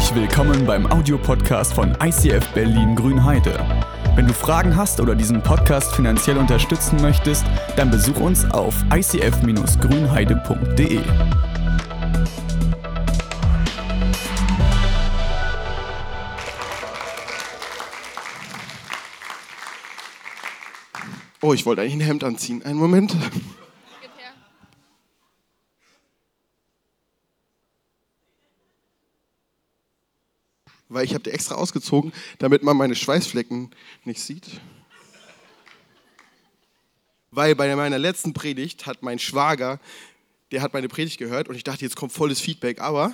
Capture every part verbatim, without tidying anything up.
Herzlich willkommen beim Audiopodcast von I C F Berlin Grünheide. Wenn du Fragen hast oder diesen Podcast finanziell unterstützen möchtest, dann besuch uns auf i c f dash grünheide punkt d e. Oh, ich wollte eigentlich ein Hemd anziehen. Einen Moment. Weil ich habe die extra ausgezogen, damit man meine Schweißflecken nicht sieht. Weil bei meiner letzten Predigt hat mein Schwager, der hat meine Predigt gehört und ich dachte, jetzt kommt volles Feedback, aber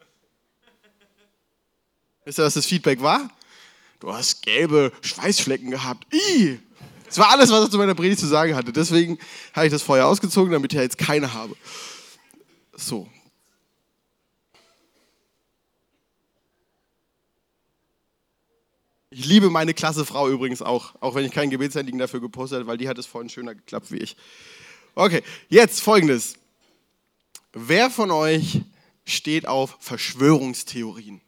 wisst ihr, was das Feedback war? Du hast gelbe Schweißflecken gehabt. Ih! Das war alles, was er zu meiner Predigt zu sagen hatte. Deswegen habe ich das vorher ausgezogen, damit ich jetzt keine habe. So. Ich liebe meine klasse Frau übrigens auch, auch wenn ich kein Gebetsanliegen dafür gepostet habe, weil die hat es vorhin schöner geklappt wie ich. Okay, jetzt Folgendes. Wer von euch steht auf Verschwörungstheorien?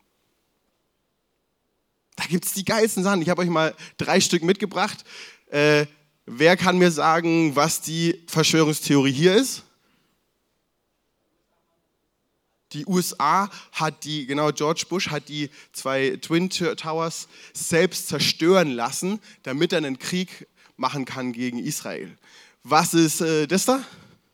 Da gibt es die geilsten Sachen. Ich habe euch mal drei Stück mitgebracht. Äh, wer kann mir sagen, was die Verschwörungstheorie hier ist? Die U S A hat die, genau, George Bush hat die zwei Twin Towers selbst zerstören lassen, damit er einen Krieg machen kann gegen Israel. Was ist äh, das da?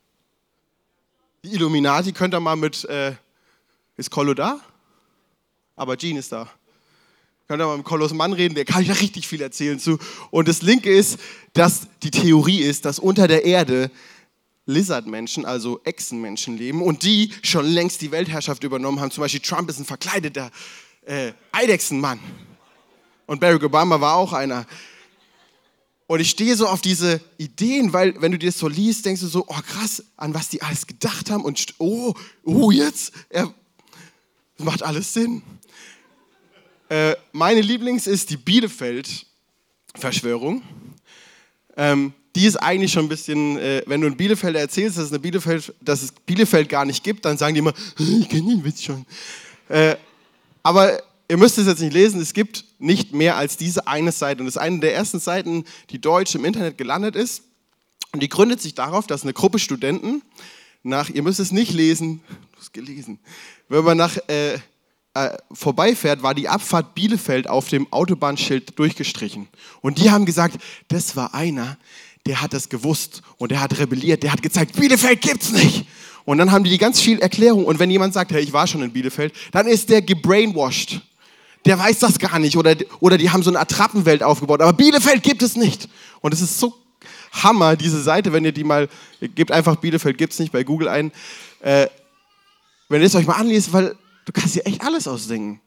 Die Illuminati. Könnt ihr mal mit, äh, ist Kollo da? Aber Jean ist da. Könnt ihr mal mit Kollos Mann reden, der kann ich da richtig viel erzählen zu. Und das Linke ist, dass die Theorie ist, dass unter der Erde Lizardmenschen, also Echsenmenschen leben und die schon längst die Weltherrschaft übernommen haben. Zum Beispiel Trump ist ein verkleideter äh, Eidechsenmann. Und Barack Obama war auch einer. Und ich stehe so auf diese Ideen, weil wenn du dir das so liest, denkst du so, oh krass, an was die alles gedacht haben. Und oh, oh jetzt, er, das macht alles Sinn. Äh, meine Lieblings ist die Bielefeld-Verschwörung. Ähm, Die ist eigentlich schon ein bisschen, äh, wenn du in Bielefeld erzählst, dass es, eine Bielefeld, dass es Bielefeld gar nicht gibt, dann sagen die immer, ich kenne den Witz schon. Äh, aber ihr müsst es jetzt nicht lesen, es gibt nicht mehr als diese eine Seite. Und das ist eine der ersten Seiten, die deutsch im Internet gelandet ist. Und die gründet sich darauf, dass eine Gruppe Studenten nach, ihr müsst es nicht lesen, du hast gelesen, wenn man nach äh, äh, vorbeifährt, war die Abfahrt Bielefeld auf dem Autobahnschild durchgestrichen. Und die haben gesagt, das war einer, der hat das gewusst und der hat rebelliert, der hat gezeigt, Bielefeld gibt's nicht. Und dann haben die ganz viel Erklärung. Und wenn jemand sagt, hey, ich war schon in Bielefeld, dann ist der gebrainwashed. Der weiß das gar nicht. Oder, oder die haben so eine Attrappenwelt aufgebaut. Aber Bielefeld gibt es nicht. Und es ist so Hammer, diese Seite, wenn ihr die mal, ihr gebt einfach Bielefeld gibt's nicht bei Google ein. Äh, wenn ihr es euch mal anliest, weil du kannst dir echt alles ausdenken.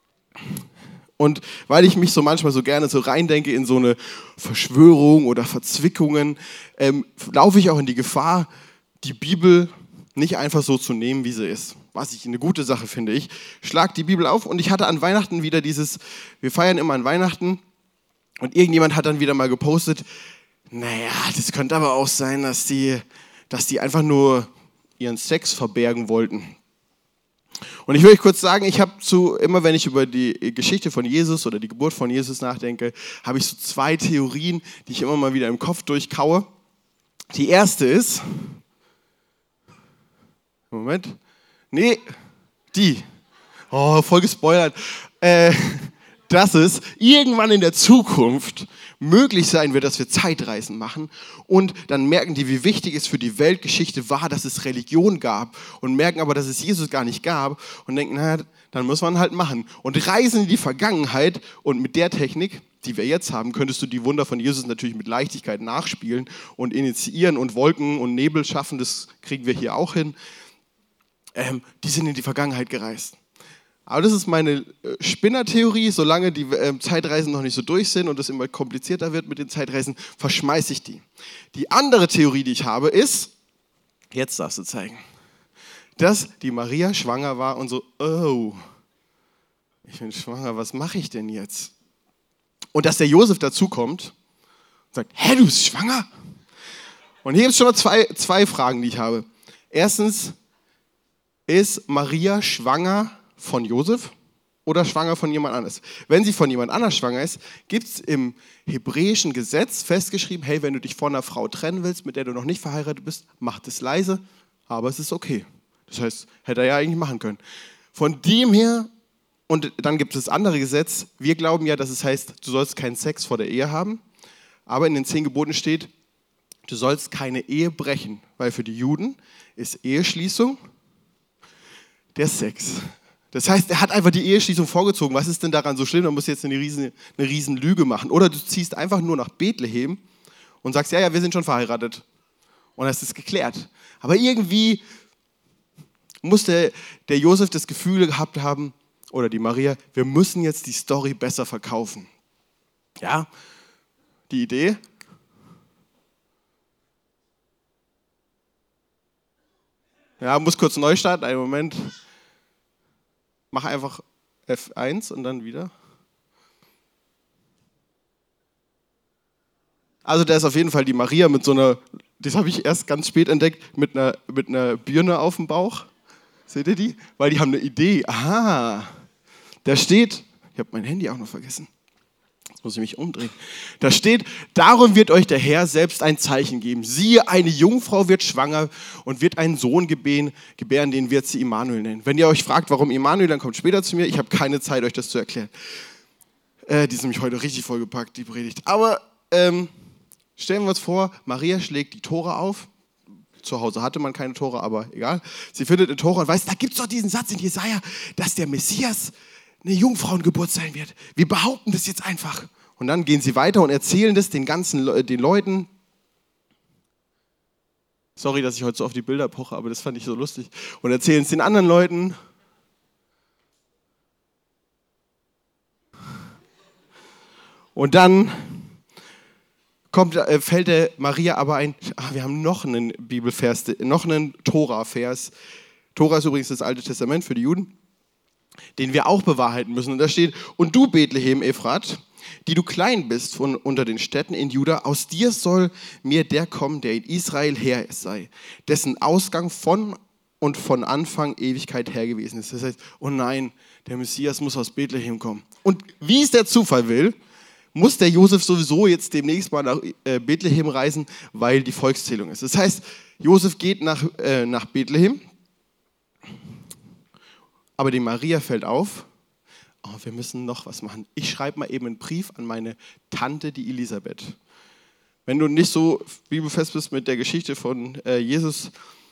Und weil ich mich so manchmal so gerne so reindenke in so eine Verschwörung oder Verzwickungen, ähm, laufe ich auch in die Gefahr, die Bibel nicht einfach so zu nehmen, wie sie ist. Was ich eine gute Sache finde. Ich schlag die Bibel auf und ich hatte an Weihnachten wieder dieses, wir feiern immer an Weihnachten und irgendjemand hat dann wieder mal gepostet, naja, das könnte aber auch sein, dass die, dass die einfach nur ihren Sex verbergen wollten. Und ich will euch kurz sagen, ich habe zu, immer wenn ich über die Geschichte von Jesus oder die Geburt von Jesus nachdenke, habe ich so zwei Theorien, die ich immer mal wieder im Kopf durchkaue. Die erste ist, Moment, nee, die, oh, voll gespoilert, äh, dass es irgendwann in der Zukunft möglich sein wird, dass wir Zeitreisen machen und dann merken die, wie wichtig es für die Weltgeschichte war, dass es Religion gab und merken aber, dass es Jesus gar nicht gab und denken, naja, dann muss man halt machen und reisen in die Vergangenheit und mit der Technik, die wir jetzt haben, könntest du die Wunder von Jesus natürlich mit Leichtigkeit nachspielen und initiieren und Wolken und Nebel schaffen, das kriegen wir hier auch hin. Ähm, die sind in die Vergangenheit gereist. Aber das ist meine Spinnertheorie, solange die äh, Zeitreisen noch nicht so durch sind und es immer komplizierter wird mit den Zeitreisen, verschmeiße ich die. Die andere Theorie, die ich habe, ist, jetzt darfst du zeigen, dass die Maria schwanger war und so, oh, ich bin schwanger, was mache ich denn jetzt? Und dass der Josef dazukommt und sagt, hä, du bist schwanger? Und hier gibt es schon mal zwei, zwei Fragen, die ich habe. Erstens, ist Maria schwanger von Josef? oder schwanger von jemand anders. Wenn sie von jemand anders schwanger ist, gibt es im hebräischen Gesetz festgeschrieben, hey, wenn du dich von einer Frau trennen willst, mit der du noch nicht verheiratet bist, mach das leise, aber es ist okay. Das heißt, hätte er ja eigentlich machen können. Von dem her, und dann gibt es das andere Gesetz, wir glauben ja, dass es heißt, du sollst keinen Sex vor der Ehe haben, aber in den zehn Geboten steht, du sollst keine Ehe brechen, weil für die Juden ist Eheschließung der Sex. Das heißt, er hat einfach die Eheschließung vorgezogen. Was ist denn daran so schlimm? Man muss jetzt eine riesen, eine riesen Lüge machen. Oder du ziehst einfach nur nach Bethlehem und sagst, ja, ja, wir sind schon verheiratet. Und das ist geklärt. Aber irgendwie muss der, der Josef das Gefühl gehabt haben, oder die Maria, wir müssen jetzt die Story besser verkaufen. Ja, die Idee. Ja, muss kurz neu starten, einen Moment. Mach einfach F eins und dann wieder. Also da ist auf jeden Fall die Maria mit so einer, das habe ich erst ganz spät entdeckt, mit einer, mit einer Birne auf dem Bauch. Seht ihr die? Weil die haben eine Idee. Aha, da steht, ich habe mein Handy auch noch vergessen. Jetzt muss ich mich umdrehen. Da steht, darum wird euch der Herr selbst ein Zeichen geben. Siehe, eine Jungfrau wird schwanger und wird einen Sohn gebären, gebären, den wird sie Immanuel nennen. Wenn ihr euch fragt, warum Immanuel, dann kommt später zu mir. Ich habe keine Zeit, euch das zu erklären. Äh, die ist nämlich heute richtig vollgepackt, die Predigt. Aber ähm, stellen wir uns vor, Maria schlägt die Tora auf. Zu Hause hatte man keine Tora, aber egal. Sie findet eine Tora und weiß, da gibt es doch diesen Satz in Jesaja, dass der Messias eine Jungfrauengeburt sein wird. Wir behaupten das jetzt einfach. Und dann gehen sie weiter und erzählen das den ganzen Le- den Leuten. Sorry, dass ich heute so auf die Bilder poche, aber das fand ich so lustig. Und erzählen es den anderen Leuten. Und dann kommt, äh, fällt der Maria aber ein, ach, wir haben noch einen Bibelvers, noch einen Tora-Vers. Tora ist übrigens das Alte Testament für die Juden, den wir auch bewahrheiten müssen. Und da steht, und du, Bethlehem Ephrat, die du klein bist von unter den Städten in Juda, aus dir soll mir der kommen, der in Israel Herr sei, dessen Ausgang von und von Anfang Ewigkeit her gewesen ist. Das heißt, oh nein, der Messias muss aus Bethlehem kommen. Und wie es der Zufall will, muss der Josef sowieso jetzt demnächst mal nach äh, Bethlehem reisen, weil die Volkszählung ist. Das heißt, Josef geht nach, äh, nach Bethlehem, aber die Maria fällt auf, oh, wir müssen noch was machen. Ich schreibe mal eben einen Brief an meine Tante, die Elisabeth. Wenn du nicht so bibelfest bist mit der Geschichte von äh, Jesus,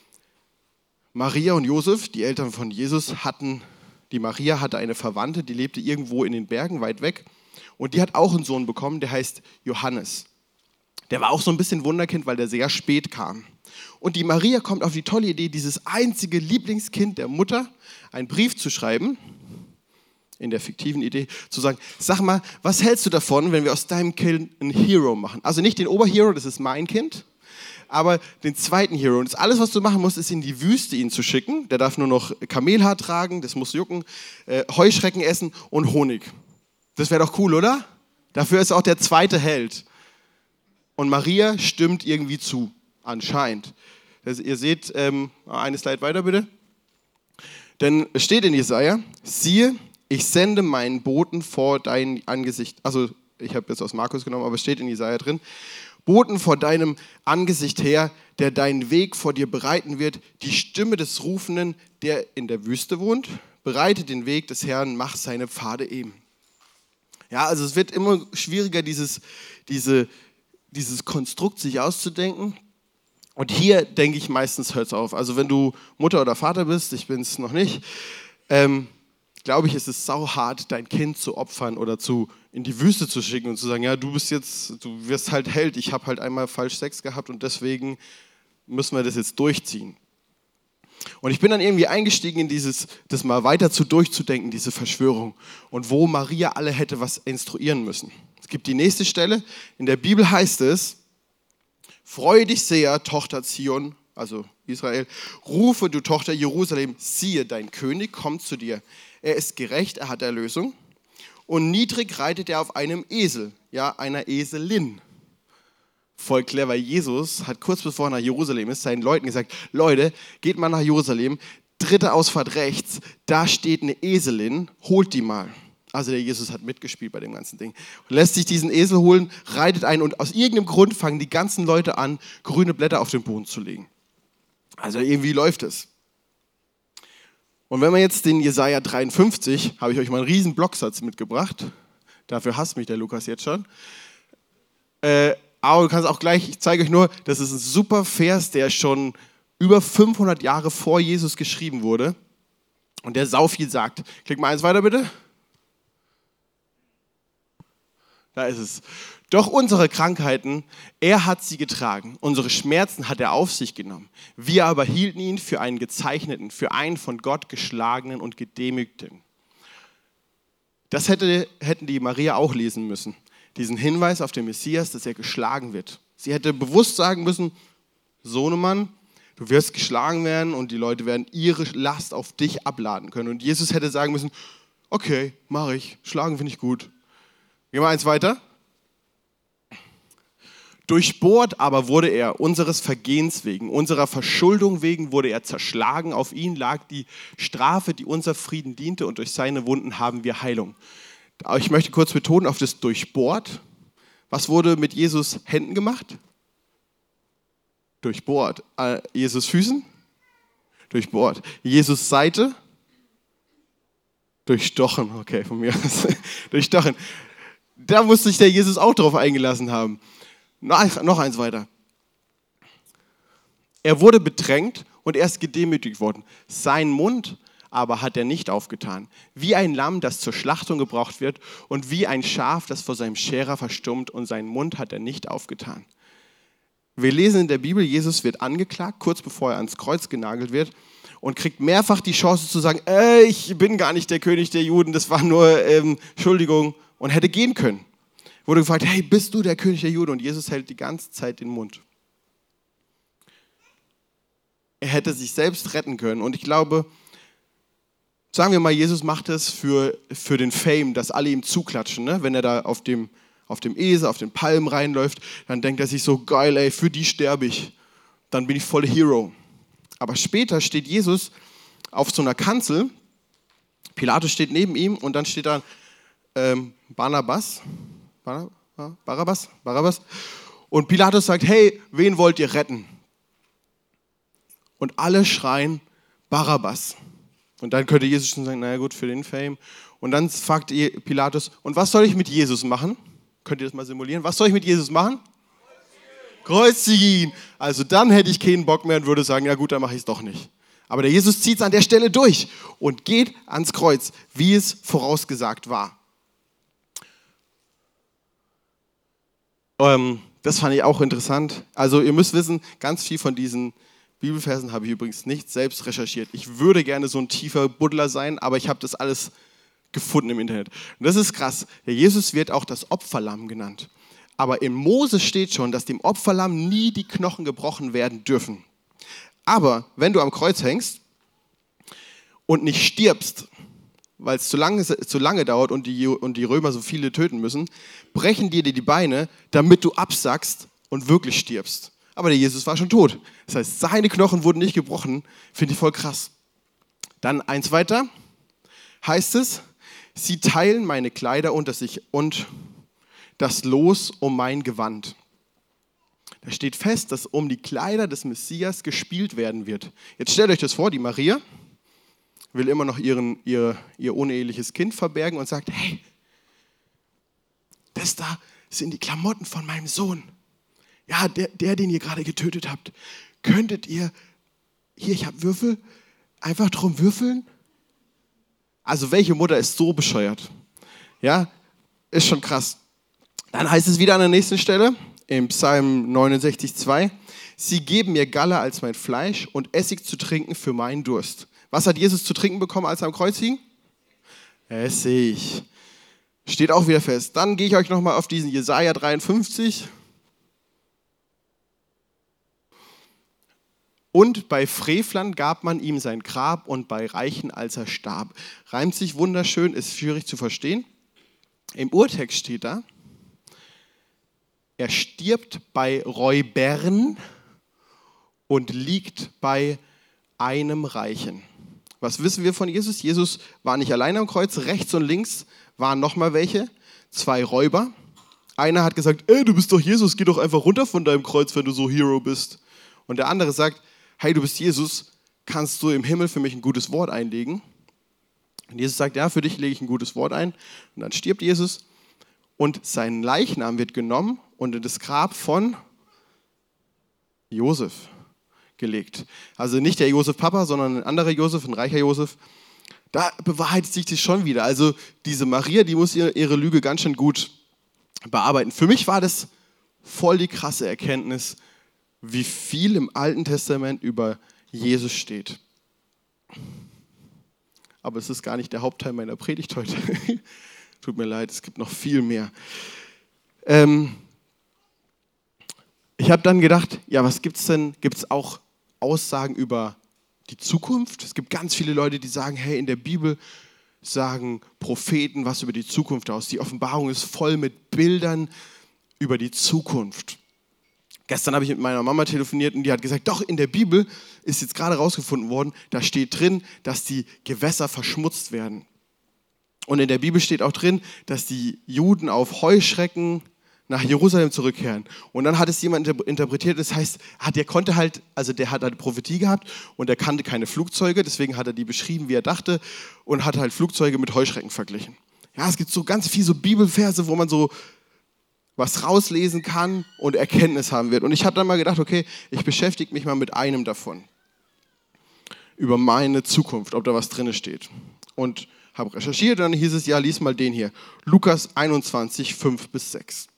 Maria und Josef, die Eltern von Jesus, hatten, die Maria hatte eine Verwandte, die lebte irgendwo in den Bergen weit weg und die hat auch einen Sohn bekommen, der heißt Johannes. Der war auch so ein bisschen Wunderkind, weil der sehr spät kam. Und die Maria kommt auf die tolle Idee, dieses einzige Lieblingskind der Mutter einen Brief zu schreiben, in der fiktiven Idee, zu sagen, sag mal, was hältst du davon, wenn wir aus deinem Kind einen Hero machen? Also nicht den Oberhero, das ist mein Kind, aber den zweiten Hero. Und das alles, was du machen musst, ist in die Wüste ihn zu schicken. Der darf nur noch Kamelhaar tragen, das muss jucken, äh, Heuschrecken essen und Honig. Das wäre doch cool, oder? Dafür ist auch der zweite Held. Und Maria stimmt irgendwie zu, anscheinend. Also ihr seht, ähm, eine Slide weiter bitte. Denn es steht in Jesaja, siehe, ich sende meinen Boten vor dein Angesicht. Also ich habe jetzt aus Markus genommen, aber es steht in Jesaja drin. Boten vor deinem Angesicht her, der deinen Weg vor dir bereiten wird. Die Stimme des Rufenden, der in der Wüste wohnt, bereitet den Weg des Herrn, mach seine Pfade eben. Ja, also es wird immer schwieriger, dieses, diese, dieses Konstrukt sich auszudenken. Und hier denke ich meistens, hört es auf. Also wenn du Mutter oder Vater bist, ich bin es noch nicht, ähm, glaube ich, ist es sauhart, dein Kind zu opfern oder zu, in die Wüste zu schicken und zu sagen, ja, du bist jetzt, du wirst halt Held, ich habe halt einmal falsch Sex gehabt und deswegen müssen wir das jetzt durchziehen. Und ich bin dann irgendwie eingestiegen in dieses, das mal weiter zu durchzudenken, diese Verschwörung und wo Maria alle hätte was instruieren müssen. Es gibt die nächste Stelle, in der Bibel heißt es, freue dich sehr, Tochter Zion, also Israel, rufe, du Tochter Jerusalem, siehe, dein König kommt zu dir. Er ist gerecht, er hat Erlösung und niedrig reitet er auf einem Esel, ja, einer Eselin. Voll clever, Jesus hat kurz bevor er nach Jerusalem ist, seinen Leuten gesagt, Leute, geht mal nach Jerusalem, dritte Ausfahrt rechts, da steht eine Eselin, holt die mal. Also der Jesus hat mitgespielt bei dem ganzen Ding. Und lässt sich diesen Esel holen, reitet ein und aus irgendeinem Grund fangen die ganzen Leute an, grüne Blätter auf den Boden zu legen. Also irgendwie läuft es. Und wenn man jetzt den Jesaja dreiundfünfzig, habe ich euch mal einen riesen Blocksatz mitgebracht. Dafür hasst mich der Lukas jetzt schon. Äh, aber du kannst auch gleich, ich zeige euch nur, das ist ein super Vers, der schon über fünfhundert Jahre vor Jesus geschrieben wurde. Und der sau viel sagt. Klick mal eins weiter bitte. Da ist es. Doch unsere Krankheiten, er hat sie getragen. Unsere Schmerzen hat er auf sich genommen. Wir aber hielten ihn für einen Gezeichneten, für einen von Gott geschlagenen und gedemütigten. Das hätte, hätten die Maria auch lesen müssen. Diesen Hinweis auf den Messias, dass er geschlagen wird. Sie hätte bewusst sagen müssen, Sohnemann, du wirst geschlagen werden und die Leute werden ihre Last auf dich abladen können. Und Jesus hätte sagen müssen, okay, mache ich, schlagen finde ich gut. Gehen wir eins weiter. Durchbohrt aber wurde er unseres Vergehens wegen, unserer Verschuldung wegen wurde er zerschlagen. Auf ihn lag die Strafe, die unser Frieden diente, und durch seine Wunden haben wir Heilung. Aber ich möchte kurz betonen auf das Durchbohrt. Was wurde mit Jesus Händen gemacht? Durchbohrt. Äh, Jesus Füßen? Durchbohrt. Jesus Seite? Durchstochen. Okay, von mir aus. Durchstochen. Da muss sich der Jesus auch drauf eingelassen haben. Noch eins weiter. Er wurde bedrängt und er ist gedemütigt worden. Sein Mund aber hat er nicht aufgetan. Wie ein Lamm, das zur Schlachtung gebraucht wird, und wie ein Schaf, das vor seinem Scherer verstummt, und seinen Mund hat er nicht aufgetan. Wir lesen in der Bibel, Jesus wird angeklagt, kurz bevor er ans Kreuz genagelt wird, und kriegt mehrfach die Chance zu sagen, äh, ich bin gar nicht der König der Juden, das war nur ähm, Entschuldigung, und hätte gehen können. Wurde gefragt, hey, bist du der König der Juden? Und Jesus hält die ganze Zeit den Mund. Er hätte sich selbst retten können. Und ich glaube, sagen wir mal, Jesus macht es für, für den Fame, dass alle ihm zuklatschen. Ne? Wenn er da auf dem, auf dem Esel, auf den Palmen reinläuft, dann denkt er sich so, geil, ey, für die sterbe ich. Dann bin ich voll Hero. Aber später steht Jesus auf so einer Kanzel. Pilatus steht neben ihm und dann steht da ähm, Barnabas. Barabbas, Barabbas. Und Pilatus sagt, hey, wen wollt ihr retten? Und alle schreien Barabbas. Und dann könnte Jesus schon sagen, naja gut, für den Fame. Und dann fragt Pilatus, und was soll ich mit Jesus machen? Könnt ihr das mal simulieren? Was soll ich mit Jesus machen? Kreuzigen ihn. Also dann hätte ich keinen Bock mehr und würde sagen, ja gut, dann mache ich es doch nicht. Aber der Jesus zieht es an der Stelle durch und geht ans Kreuz, wie es vorausgesagt war. Ähm, das fand ich auch interessant. Also ihr müsst wissen, ganz viel von diesen Bibelversen habe ich übrigens nicht selbst recherchiert. Ich würde gerne so ein tiefer Buddler sein, aber ich habe das alles gefunden im Internet. Und das ist krass. Der Jesus wird auch das Opferlamm genannt. Aber in Mose steht schon, dass dem Opferlamm nie die Knochen gebrochen werden dürfen. Aber wenn du am Kreuz hängst und nicht stirbst, weil es zu lange, zu lange dauert und die, und die Römer so viele töten müssen, brechen dir die Beine, damit du absackst und wirklich stirbst. Aber der Jesus war schon tot. Das heißt, seine Knochen wurden nicht gebrochen. Finde ich voll krass. Dann eins weiter heißt es, sie teilen meine Kleider unter sich und das Los um mein Gewand. Da steht fest, dass um die Kleider des Messias gespielt werden wird. Jetzt stellt euch das vor, die Maria will immer noch ihren, ihr, ihr uneheliches Kind verbergen und sagt, hey, das da sind die Klamotten von meinem Sohn. Ja, der, der, den ihr gerade getötet habt. Könntet ihr, hier, ich habe Würfel, einfach drum würfeln? Also welche Mutter ist so bescheuert? Ja, ist schon krass. Dann heißt es wieder an der nächsten Stelle, im Psalm neunundsechzig, zwei, sie geben mir Galle als mein Fleisch und Essig zu trinken für meinen Durst. Was hat Jesus zu trinken bekommen, als er am Kreuz hing? Essig. Steht auch wieder fest. Dann gehe ich euch nochmal auf diesen Jesaja dreiundfünfzig. Und bei Frevlern gab man ihm sein Grab und bei Reichen, als er starb. Reimt sich wunderschön, ist schwierig zu verstehen. Im Urtext steht da, er stirbt bei Räubern und liegt bei einem Reichen. Was wissen wir von Jesus? Jesus war nicht alleine am Kreuz. Rechts und links waren nochmal welche. Zwei Räuber. Einer hat gesagt, ey, du bist doch Jesus, geh doch einfach runter von deinem Kreuz, wenn du so Hero bist. Und der andere sagt, hey, du bist Jesus, kannst du im Himmel für mich ein gutes Wort einlegen? Und Jesus sagt, ja, für dich lege ich ein gutes Wort ein. Und dann stirbt Jesus und sein Leichnam wird genommen und in das Grab von Josef gelegt. Also nicht der Josef Papa, sondern ein anderer Josef, ein reicher Josef. Da bewahrheitet sich das schon wieder. Also diese Maria, die muss ihre Lüge ganz schön gut bearbeiten. Für mich war das voll die krasse Erkenntnis, wie viel im Alten Testament über Jesus steht. Aber es ist gar nicht der Hauptteil meiner Predigt heute. Tut mir leid, es gibt noch viel mehr. Ähm ich habe dann gedacht, ja, was gibt es denn? Gibt es auch Aussagen über die Zukunft? Es gibt ganz viele Leute, die sagen, hey, in der Bibel sagen Propheten was über die Zukunft aus. Die Offenbarung ist voll mit Bildern über die Zukunft. Gestern habe ich mit meiner Mama telefoniert und die hat gesagt, doch, in der Bibel ist jetzt gerade rausgefunden worden, da steht drin, dass die Gewässer verschmutzt werden. Und in der Bibel steht auch drin, dass die Juden auf Heuschrecken nach Jerusalem zurückkehren. Und dann hat es jemand interpretiert, das heißt, der konnte halt, also der hat eine Prophetie gehabt und er kannte keine Flugzeuge, deswegen hat er die beschrieben, wie er dachte und hat halt Flugzeuge mit Heuschrecken verglichen. Ja, es gibt so ganz viele so Bibelverse, wo man so was rauslesen kann und Erkenntnis haben wird. Und ich habe dann mal gedacht, okay, ich beschäftige mich mal mit einem davon. Über meine Zukunft, ob da was drin steht. Und habe recherchiert und dann hieß es, ja, lies mal den hier. Lukas einundzwanzig, fünf bis sechs.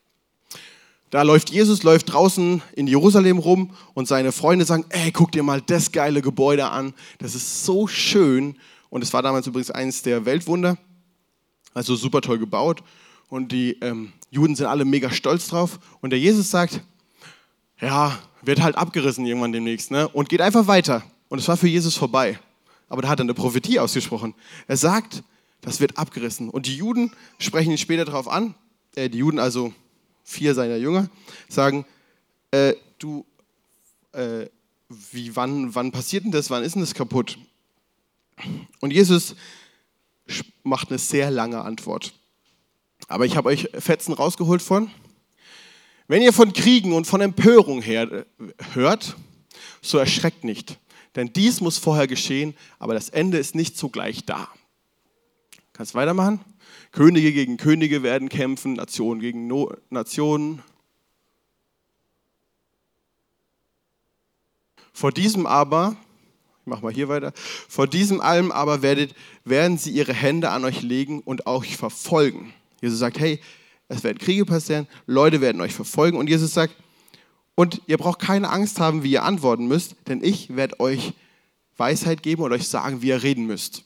Da läuft Jesus, läuft draußen in Jerusalem rum und seine Freunde sagen, ey, guck dir mal das geile Gebäude an, das ist so schön. Und es war damals übrigens eines der Weltwunder, also super toll gebaut. Und die ähm, Juden sind alle mega stolz drauf. Und der Jesus sagt, ja, wird halt abgerissen irgendwann demnächst, ne? Und geht einfach weiter. Und es war für Jesus vorbei. Aber da hat er eine Prophetie ausgesprochen. Er sagt, das wird abgerissen. Und die Juden sprechen ihn später darauf an, äh, die Juden, also vier seiner Jünger, sagen, äh, du, äh, wie, wann, wann passiert denn das, wann ist denn das kaputt? Und Jesus macht eine sehr lange Antwort. Aber ich habe euch Fetzen rausgeholt von, wenn ihr von Kriegen und von Empörung her, hört, so erschreckt nicht. Denn dies muss vorher geschehen, aber das Ende ist nicht sogleich da. Kannst weitermachen? Könige gegen Könige werden kämpfen, Nationen gegen no- Nationen. Vor diesem aber, ich mache mal hier weiter, vor diesem allem aber werdet, werden sie ihre Hände an euch legen und euch verfolgen. Jesus sagt, hey, es werden Kriege passieren, Leute werden euch verfolgen. Und Jesus sagt, und ihr braucht keine Angst haben, wie ihr antworten müsst, denn ich werde euch Weisheit geben und euch sagen, wie ihr reden müsst.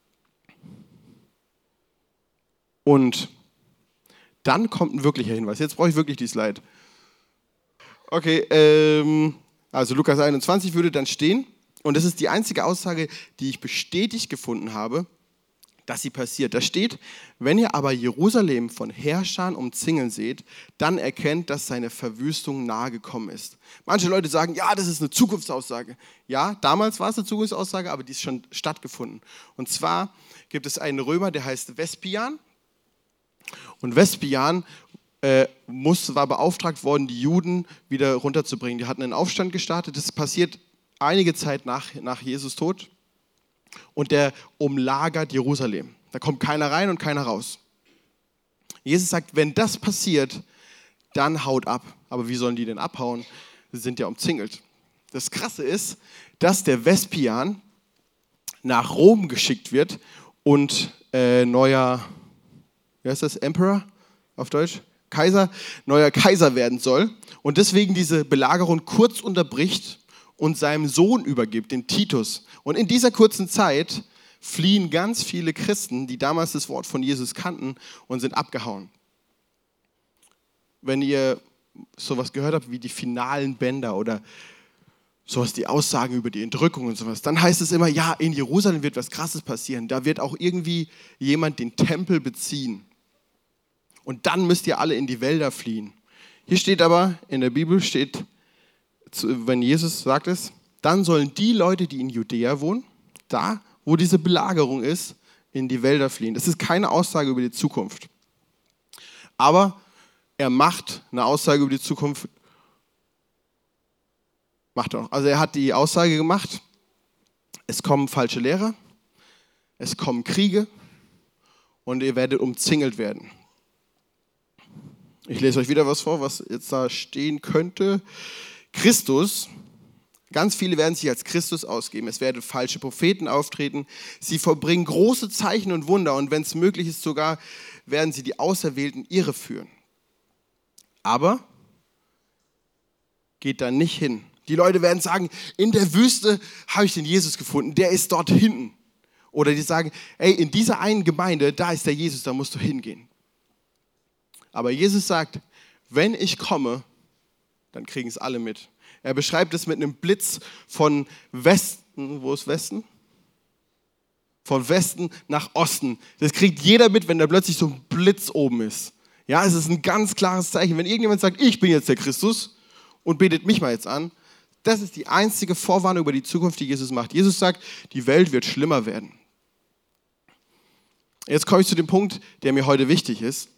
Und dann kommt ein wirklicher Hinweis. Jetzt brauche ich wirklich die Slide. Okay, ähm, also Lukas einundzwanzig würde dann stehen. Und das ist die einzige Aussage, die ich bestätigt gefunden habe, dass sie passiert. Da steht, wenn ihr aber Jerusalem von Herrschern umzingeln seht, dann erkennt, dass seine Verwüstung nahe gekommen ist. Manche Leute sagen, ja, das ist eine Zukunftsaussage. Ja, damals war es eine Zukunftsaussage, aber die ist schon stattgefunden. Und zwar gibt es einen Römer, der heißt Vespasian. Und Vespasian äh, muss, war beauftragt worden, die Juden wieder runterzubringen. Die hatten einen Aufstand gestartet. Das passiert einige Zeit nach, nach Jesus Tod. Und der umlagert Jerusalem. Da kommt keiner rein und keiner raus. Jesus sagt, wenn das passiert, dann haut ab. Aber wie sollen die denn abhauen? Sie sind ja umzingelt. Das Krasse ist, dass der Vespasian nach Rom geschickt wird und äh, neuer, wie heißt das, Emperor auf Deutsch? Kaiser, neuer Kaiser werden soll. Und deswegen diese Belagerung kurz unterbricht und seinem Sohn übergibt, den Titus. Und in dieser kurzen Zeit fliehen ganz viele Christen, die damals das Wort von Jesus kannten, und sind abgehauen. Wenn ihr sowas gehört habt wie die finalen Bänder oder sowas, die Aussagen über die Entrückung und sowas, dann heißt es immer, ja, in Jerusalem wird was Krasses passieren. Da wird auch irgendwie jemand den Tempel beziehen. Und dann müsst ihr alle in die Wälder fliehen. Hier steht aber, in der Bibel steht, wenn Jesus sagt es, dann sollen die Leute, die in Judäa wohnen, da, wo diese Belagerung ist, in die Wälder fliehen. Das ist keine Aussage über die Zukunft. Aber er macht eine Aussage über die Zukunft. Macht er. Also er hat die Aussage gemacht, es kommen falsche Lehrer, es kommen Kriege und ihr werdet umzingelt werden. Ich lese euch wieder was vor, was jetzt da stehen könnte. Christus, ganz viele werden sich als Christus ausgeben. Es werden falsche Propheten auftreten. Sie vollbringen große Zeichen und Wunder und wenn es möglich ist sogar, werden sie die Auserwählten irreführen. Aber geht da nicht hin. Die Leute werden sagen, in der Wüste habe ich den Jesus gefunden, der ist dort hinten. Oder die sagen, ey, in dieser einen Gemeinde, da ist der Jesus, da musst du hingehen. Aber Jesus sagt, wenn ich komme, dann kriegen es alle mit. Er beschreibt es mit einem Blitz von Westen, wo ist Westen? Von Westen nach Osten. Das kriegt jeder mit, wenn da plötzlich so ein Blitz oben ist. Ja, es ist ein ganz klares Zeichen. Wenn irgendjemand sagt, ich bin jetzt der Christus und betet mich mal jetzt an, das ist die einzige Vorwarnung über die Zukunft, die Jesus macht. Jesus sagt, die Welt wird schlimmer werden. Jetzt komme ich zu dem Punkt, der mir heute wichtig ist.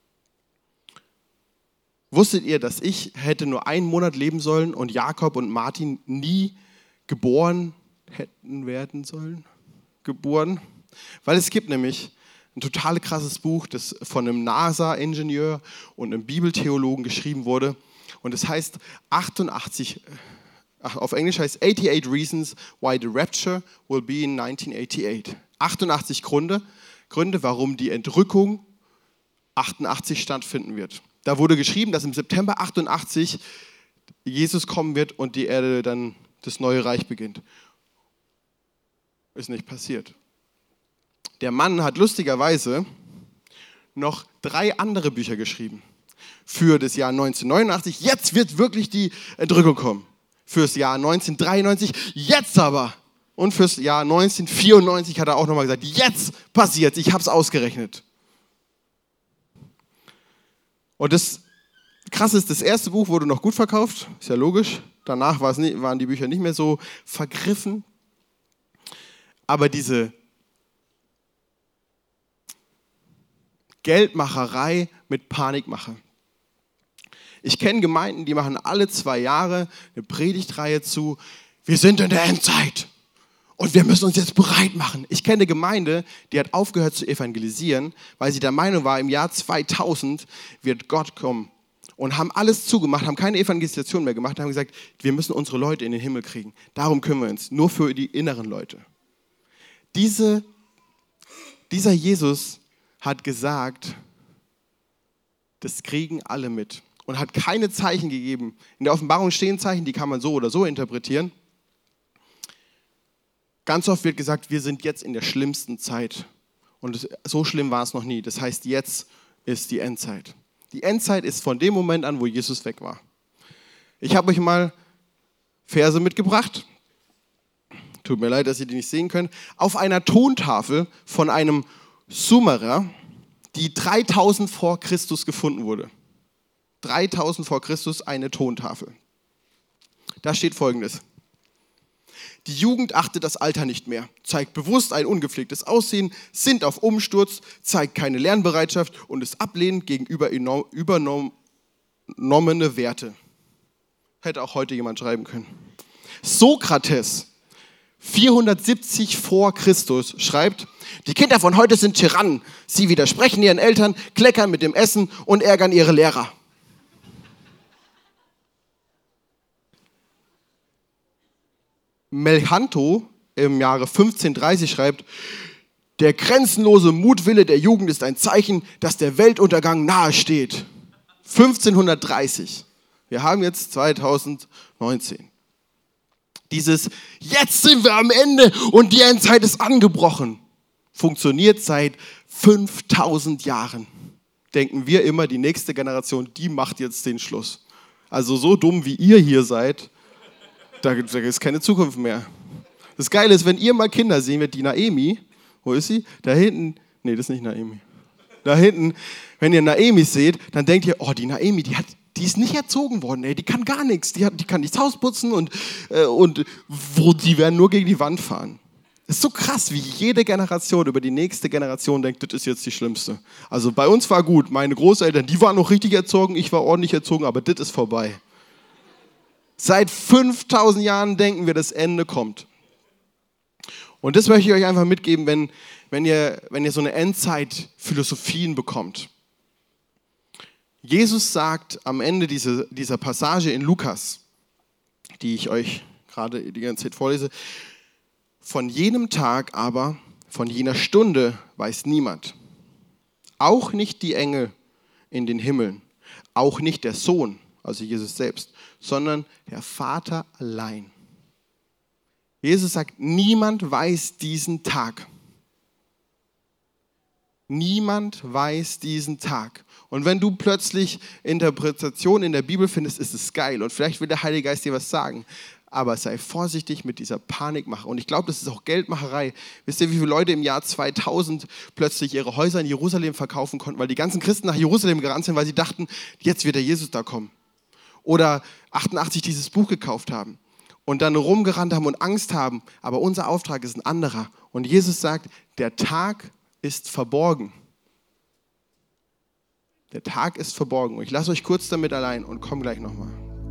Wusstet ihr, dass ich hätte nur einen Monat leben sollen und Jakob und Martin nie geboren hätten werden sollen? Geboren? Weil es gibt nämlich ein total krasses Buch, das von einem NASA-Ingenieur und einem Bibeltheologen geschrieben wurde. Und es heißt achtundachtzig, auf Englisch heißt eighty-eight Reasons Why the Rapture Will Be in nineteen eighty-eight. achtundachtzig Gründe, Gründe, warum die Entrückung achtundachtzig stattfinden wird. Da wurde geschrieben, dass im September achtundachtzig Jesus kommen wird und die Erde dann das neue Reich beginnt. Ist nicht passiert. Der Mann hat lustigerweise noch drei andere Bücher geschrieben. Für das Jahr neunzehnhundertneunundachtzig, jetzt wird wirklich die Entrückung kommen. Fürs Jahr neunzehnhundertdreiundneunzig, jetzt aber. Und fürs Jahr neunzehnhundertvierundneunzig hat er auch nochmal gesagt, jetzt passiert, ich habe es ausgerechnet. Und das Krasse ist, das erste Buch wurde noch gut verkauft, ist ja logisch. Danach war es nicht, waren die Bücher nicht mehr so vergriffen. Aber diese Geldmacherei mit Panikmache. Ich kenne Gemeinden, die machen alle zwei Jahre eine Predigtreihe zu, wir sind in der Endzeit und wir müssen uns jetzt bereit machen. Ich kenne eine Gemeinde, die hat aufgehört zu evangelisieren, weil sie der Meinung war, im Jahr zweitausend wird Gott kommen. Und haben alles zugemacht, haben keine Evangelisation mehr gemacht, haben gesagt, wir müssen unsere Leute in den Himmel kriegen. Darum kümmern wir uns, nur für die inneren Leute. Diese, dieser Jesus hat gesagt, das kriegen alle mit. Und hat keine Zeichen gegeben. In der Offenbarung stehen Zeichen, die kann man so oder so interpretieren. Ganz oft wird gesagt, wir sind jetzt in der schlimmsten Zeit. Und das, so schlimm war es noch nie. Das heißt, jetzt ist die Endzeit. Die Endzeit ist von dem Moment an, wo Jesus weg war. Ich habe euch mal Verse mitgebracht. Tut mir leid, dass ihr die nicht sehen könnt. Auf einer Tontafel von einem Sumerer, die dreitausend vor Christus gefunden wurde. dreitausend vor Christus eine Tontafel. Da steht Folgendes. Die Jugend achtet das Alter nicht mehr, zeigt bewusst ein ungepflegtes Aussehen, sinnt auf Umsturz, zeigt keine Lernbereitschaft und ist ablehnend gegenüber übernommene Werte. Hätte auch heute jemand schreiben können. Sokrates, vierhundertsiebzig vor Christus, schreibt, die Kinder von heute sind Tyrannen. Sie widersprechen ihren Eltern, kleckern mit dem Essen und ärgern ihre Lehrer. Melchanto im Jahre fünfzehnhundertdreißig schreibt, der grenzenlose Mutwille der Jugend ist ein Zeichen, dass der Weltuntergang nahe steht. fünfzehnhundertdreißig. Wir haben jetzt zweitausendneunzehn. Dieses, jetzt sind wir am Ende und die Endzeit ist angebrochen, funktioniert seit fünftausend Jahren. Denken wir immer, die nächste Generation, die macht jetzt den Schluss. Also so dumm wie ihr hier seid, da ist keine Zukunft mehr. Das Geile ist, wenn ihr mal Kinder sehen werdet, die Naemi, wo ist sie? Da hinten, nee, das ist nicht Naemi. Da hinten, wenn ihr Naemi seht, dann denkt ihr, oh, die Naemi, die, hat, die ist nicht erzogen worden, ey, die kann gar nichts, die, hat, die kann nicht das Haus putzen und, äh, und wo, die werden nur gegen die Wand fahren. Es ist so krass, wie jede Generation über die nächste Generation denkt, das ist jetzt die schlimmste. Also bei uns war gut, meine Großeltern, die waren noch richtig erzogen, ich war ordentlich erzogen, aber das ist vorbei. Seit fünftausend Jahren denken wir, das Ende kommt. Und das möchte ich euch einfach mitgeben, wenn, wenn, ihr, wenn ihr so eine Endzeit-Philosophien bekommt. Jesus sagt am Ende dieser, dieser Passage in Lukas, die ich euch gerade die ganze Zeit vorlese, von jenem Tag aber, von jener Stunde weiß niemand. Auch nicht die Engel in den Himmeln, auch nicht der Sohn, also Jesus selbst, sondern der Vater allein. Jesus sagt, niemand weiß diesen Tag. Niemand weiß diesen Tag. Und wenn du plötzlich Interpretationen in der Bibel findest, ist es geil. Und vielleicht will der Heilige Geist dir was sagen. Aber sei vorsichtig mit dieser Panikmache. Und ich glaube, das ist auch Geldmacherei. Wisst ihr, wie viele Leute im Jahr zweitausend plötzlich ihre Häuser in Jerusalem verkaufen konnten, weil die ganzen Christen nach Jerusalem gerannt sind, weil sie dachten, jetzt wird der Jesus da kommen. Oder achtundachtzig dieses Buch gekauft haben und dann rumgerannt haben und Angst haben. Aber unser Auftrag ist ein anderer. Und Jesus sagt, der Tag ist verborgen. Der Tag ist verborgen. Und ich lasse euch kurz damit allein und komme gleich nochmal.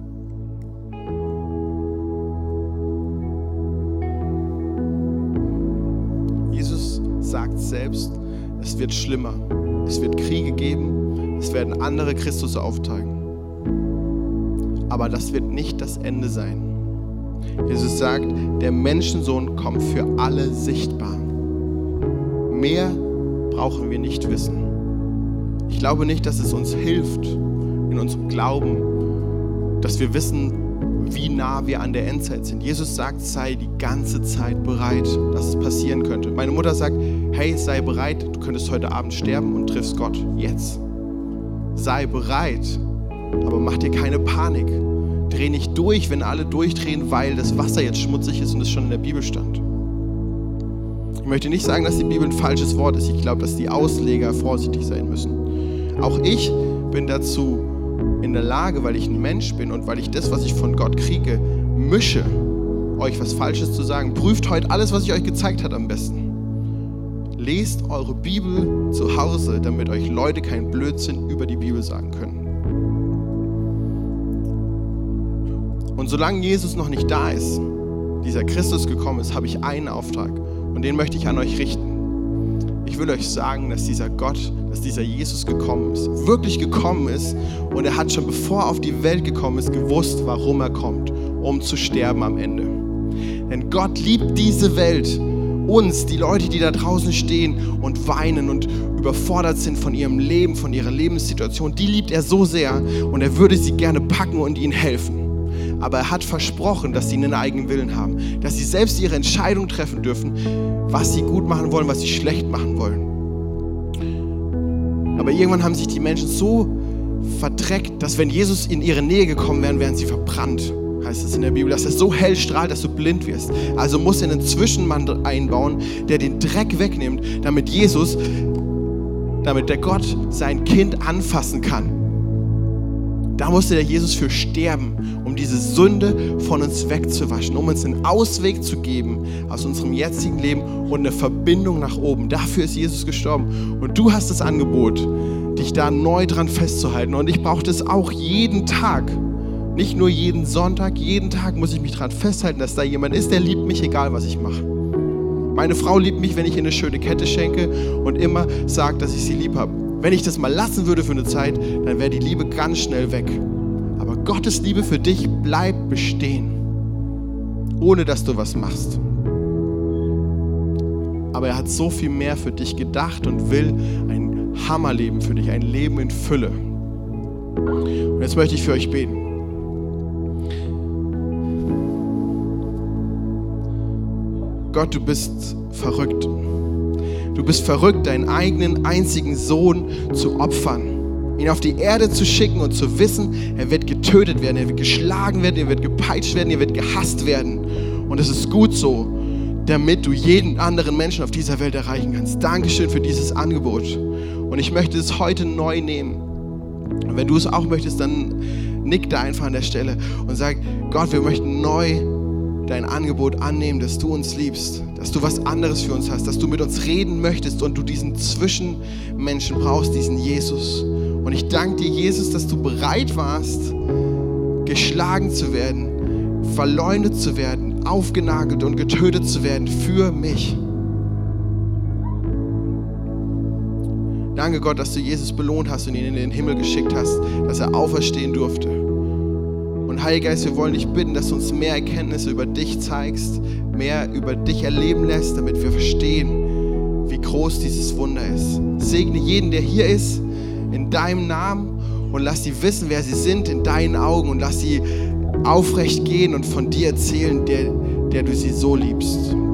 Jesus sagt selbst, es wird schlimmer. Es wird Kriege geben. Es werden andere Christus auftauchen. Aber das wird nicht das Ende sein. Jesus sagt, der Menschensohn kommt für alle sichtbar. Mehr brauchen wir nicht wissen. Ich glaube nicht, dass es uns hilft in unserem Glauben, dass wir wissen, wie nah wir an der Endzeit sind. Jesus sagt, sei die ganze Zeit bereit, dass es passieren könnte. Meine Mutter sagt, hey, sei bereit, du könntest heute Abend sterben und triffst Gott. Jetzt. Sei bereit, aber mach dir keine Panik. Dreh nicht durch, wenn alle durchdrehen, weil das Wasser jetzt schmutzig ist und es schon in der Bibel stand. Ich möchte nicht sagen, dass die Bibel ein falsches Wort ist. Ich glaube, dass die Ausleger vorsichtig sein müssen. Auch ich bin dazu in der Lage, weil ich ein Mensch bin und weil ich das, was ich von Gott kriege, mische, euch was Falsches zu sagen. Prüft heute alles, was ich euch gezeigt habe, am besten. Lest eure Bibel zu Hause, damit euch Leute keinen Blödsinn über die Bibel sagen können. Und solange Jesus noch nicht da ist, dieser Christus gekommen ist, habe ich einen Auftrag und den möchte ich an euch richten. Ich will euch sagen, dass dieser Gott, dass dieser Jesus gekommen ist, wirklich gekommen ist und er hat schon bevor er auf die Welt gekommen ist, gewusst, warum er kommt, um zu sterben am Ende. Denn Gott liebt diese Welt, uns, die Leute, die da draußen stehen und weinen und überfordert sind von ihrem Leben, von ihrer Lebenssituation, die liebt er so sehr und er würde sie gerne packen und ihnen helfen. Aber er hat versprochen, dass sie einen eigenen Willen haben, dass sie selbst ihre Entscheidung treffen dürfen, was sie gut machen wollen, was sie schlecht machen wollen. Aber irgendwann haben sich die Menschen so verdreckt, dass wenn Jesus in ihre Nähe gekommen wäre, wären sie verbrannt, heißt es in der Bibel, dass er so hell strahlt, dass du blind wirst. Also muss er einen Zwischenmann einbauen, der den Dreck wegnimmt, damit Jesus, damit der Gott sein Kind anfassen kann. Da musste der Jesus für sterben, um diese Sünde von uns wegzuwaschen, um uns einen Ausweg zu geben aus unserem jetzigen Leben und eine Verbindung nach oben. Dafür ist Jesus gestorben. Und du hast das Angebot, dich da neu dran festzuhalten. Und ich brauche das auch jeden Tag. Nicht nur jeden Sonntag, jeden Tag muss ich mich dran festhalten, dass da jemand ist, der liebt mich, egal was ich mache. Meine Frau liebt mich, wenn ich ihr eine schöne Kette schenke und immer sagt, dass ich sie lieb habe. Wenn ich das mal lassen würde für eine Zeit, dann wäre die Liebe ganz schnell weg. Aber Gottes Liebe für dich bleibt bestehen, ohne dass du was machst. Aber er hat so viel mehr für dich gedacht und will ein Hammerleben für dich, ein Leben in Fülle. Und jetzt möchte ich für euch beten. Gott, du bist verrückt. Du bist verrückt, deinen eigenen einzigen Sohn zu opfern, ihn auf die Erde zu schicken und zu wissen, er wird getötet werden, er wird geschlagen werden, er wird gepeitscht werden, er wird gehasst werden. Und es ist gut so, damit du jeden anderen Menschen auf dieser Welt erreichen kannst. Dankeschön für dieses Angebot. Und ich möchte es heute neu nehmen. Und wenn du es auch möchtest, dann nick da einfach an der Stelle und sag, Gott, wir möchten neu dein Angebot annehmen, dass du uns liebst, dass du was anderes für uns hast, dass du mit uns reden möchtest und du diesen Zwischenmenschen brauchst, diesen Jesus. Und ich danke dir, Jesus, dass du bereit warst, geschlagen zu werden, verleumdet zu werden, aufgenagelt und getötet zu werden für mich. Danke Gott, dass du Jesus belohnt hast und ihn in den Himmel geschickt hast, dass er auferstehen durfte. Und Heiliger Geist, wir wollen dich bitten, dass du uns mehr Erkenntnisse über dich zeigst, mehr über dich erleben lässt, damit wir verstehen, wie groß dieses Wunder ist. Segne jeden, der hier ist, in deinem Namen und lass sie wissen, wer sie sind in deinen Augen und lass sie aufrecht gehen und von dir erzählen, der, der du sie so liebst.